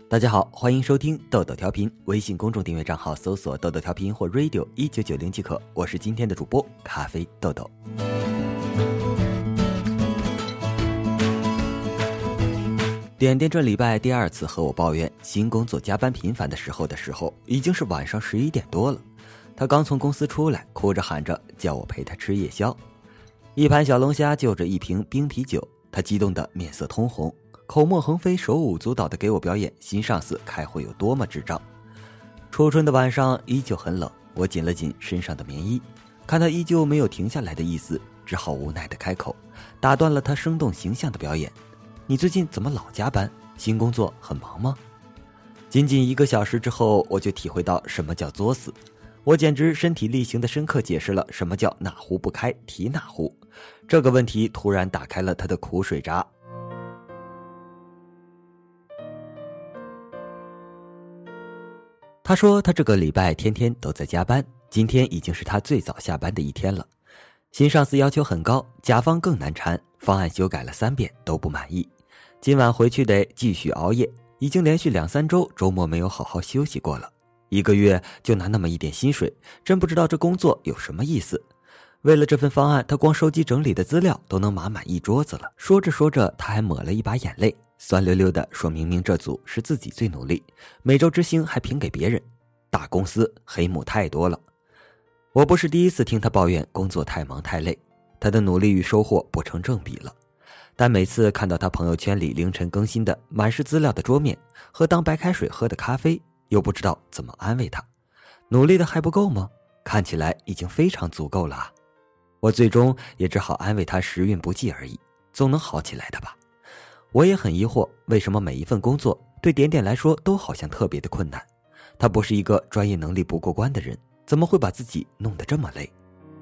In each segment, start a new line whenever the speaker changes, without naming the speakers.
大家好，欢迎收听豆豆调频，微信公众订阅账号搜索豆豆调频或 radio 1990即可。我是今天的主播咖啡豆豆。点点这礼拜第二次和我抱怨新工作加班频繁的时候，已经是晚上11点多了。他刚从公司出来，哭着喊着叫我陪他吃夜宵，一盘小龙虾就着一瓶冰啤酒，他激动的面色通红，口沫横飞，手舞足蹈地给我表演新上司开会有多么智障。初春的晚上依旧很冷，我紧了紧身上的棉衣，看他依旧没有停下来的意思，只好无奈地开口，打断了他生动形象的表演。你最近怎么老加班？新工作很忙吗？仅仅1个小时之后，我就体会到什么叫作死。我简直身体力行地深刻解释了什么叫哪壶不开提哪壶。这个问题突然打开了他的苦水闸。他说他这个礼拜天天都在加班，今天已经是他最早下班的一天了。新上司要求很高，甲方更难缠，方案修改了3遍都不满意。今晚回去得继续熬夜，已经连续2-3周周末没有好好休息过了。1个月就拿那么一点薪水，真不知道这工作有什么意思。为了这份方案，他光收集整理的资料都能码满一桌子了。说着说着，他还抹了一把眼泪，酸溜溜地说明明这组是自己最努力，每周之星还评给别人。大公司黑幕太多了。我不是第一次听他抱怨工作太忙太累，他的努力与收获不成正比了。但每次看到他朋友圈里凌晨更新的满是资料的桌面和当白开水喝的咖啡，又不知道怎么安慰他。努力的还不够吗？看起来已经非常足够了啊。我最终也只好安慰他时运不济而已，总能好起来的吧。我也很疑惑，为什么每一份工作对点点来说都好像特别的困难。他不是一个专业能力不过关的人，怎么会把自己弄得这么累？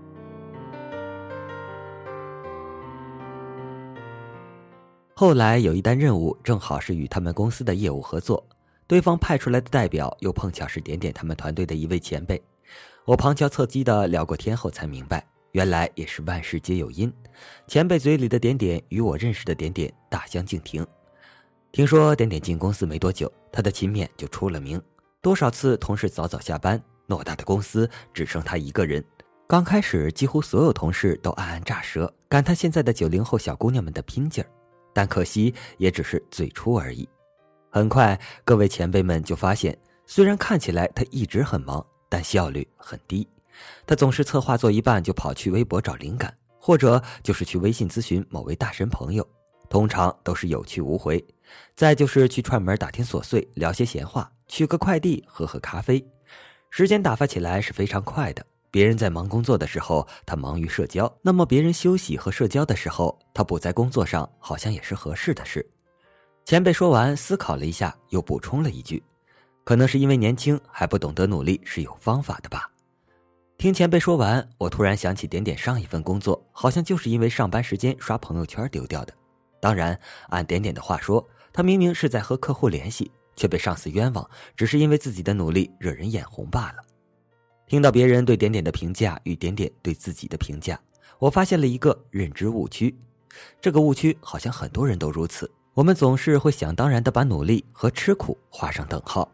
后来有一单任务正好是与他们公司的业务合作，对方派出来的代表又碰巧是点点他们团队的一位前辈。我旁敲侧击地聊过天后才明白，原来也是万事皆有因。前辈嘴里的点点与我认识的点点大相径庭。听说点点进公司没多久，他的勤勉就出了名，多少次同事早早下班，偌大的公司只剩他一个人。刚开始几乎所有同事都暗暗炸舌，感叹现在的90后小姑娘们的拼劲儿，但可惜也只是最初而已。很快各位前辈们就发现，虽然看起来他一直很忙，但效率很低。他总是策划做一半就跑去微博找灵感，或者就是去微信咨询某位大神朋友，通常都是有去无回。再就是去串门打听琐碎，聊些闲话，取个快递，喝喝咖啡。时间打发起来是非常快的，别人在忙工作的时候，他忙于社交，那么别人休息和社交的时候，他不在工作上好像也是合适的事。前辈说完思考了一下，又补充了一句，可能是因为年轻还不懂得努力是有方法的吧。听前辈说完，我突然想起点点上一份工作好像就是因为上班时间刷朋友圈丢掉的。当然按点点的话说，他明明是在和客户联系，却被上司冤枉，只是因为自己的努力惹人眼红罢了。听到别人对点点的评价与点点对自己的评价，我发现了一个认知误区。这个误区好像很多人都如此，我们总是会想当然地把努力和吃苦画上等号。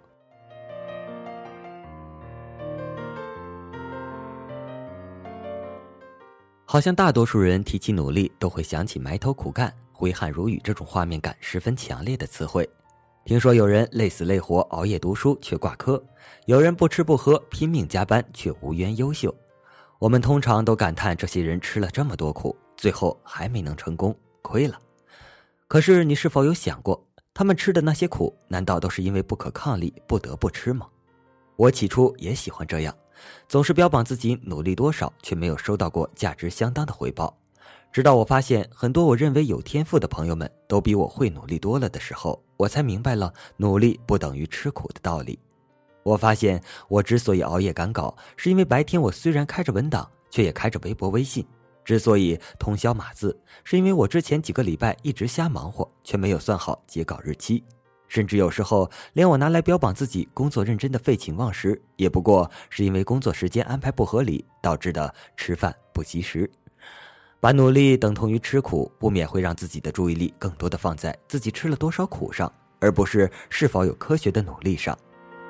好像大多数人提起努力都会想起埋头苦干、挥汗如雨这种画面感十分强烈的词汇。听说有人累死累活熬夜读书却挂科，有人不吃不喝拼命加班却无缘优秀。我们通常都感叹这些人吃了这么多苦，最后还没能成功，亏了。可是你是否有想过，他们吃的那些苦难道都是因为不可抗力不得不吃吗？我起初也喜欢这样，总是标榜自己努力多少，却没有收到过价值相当的回报。直到我发现很多我认为有天赋的朋友们都比我会努力多了的时候，我才明白了努力不等于吃苦的道理。我发现我之所以熬夜赶稿，是因为白天我虽然开着文档，却也开着微博微信。之所以通宵码字，是因为我之前几个礼拜一直瞎忙活，却没有算好截稿日期。甚至有时候连我拿来标榜自己工作认真的废寝忘食，也不过是因为工作时间安排不合理导致的吃饭不及时。把努力等同于吃苦，不免会让自己的注意力更多的放在自己吃了多少苦上， 而不是是否有科学的努力上。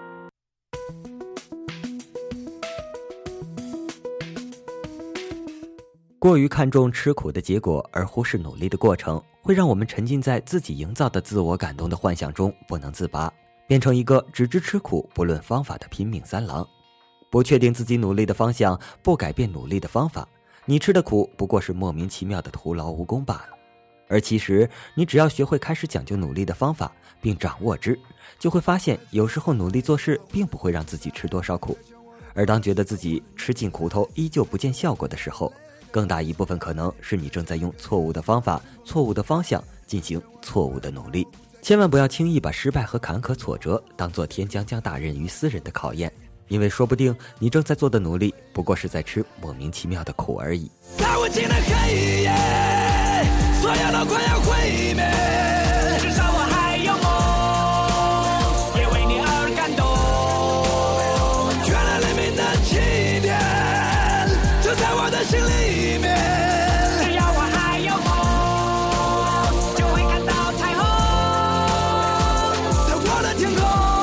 过于看重吃苦的结果而忽视努力的过程，会让我们沉浸在自己营造的自我感动的幻想中不能自拔，变成一个只知吃苦不论方法的拼命三郎。不确定自己努力的方向，不改变努力的方法，你吃的苦不过是莫名其妙的徒劳无功罢了。而其实你只要学会开始讲究努力的方法并掌握之，就会发现有时候努力做事并不会让自己吃多少苦，而当觉得自己吃尽苦头依旧不见效果的时候，更大一部分可能是你正在用错误的方法、错误的方向进行错误的努力。千万不要轻易把失败和坎坷挫折当作天将降大任于斯人的考验，因为说不定你正在做的努力不过是在吃莫名其妙的苦而已。
在无尽的黑夜，所有都快要毁灭，至少我还有梦，也为你而感动。原来黎明的起点就在我的心里面，只要我还有梦，就会看到彩虹在我的天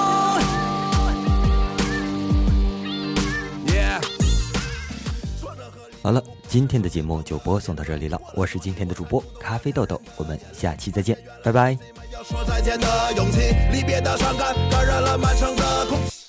空。Yeah。
好了，今天的节目就播送到这里了，我是今天的主播咖啡豆豆，我们下期再见，拜拜。
说再见的勇气，离别的伤感感染了满城的空气。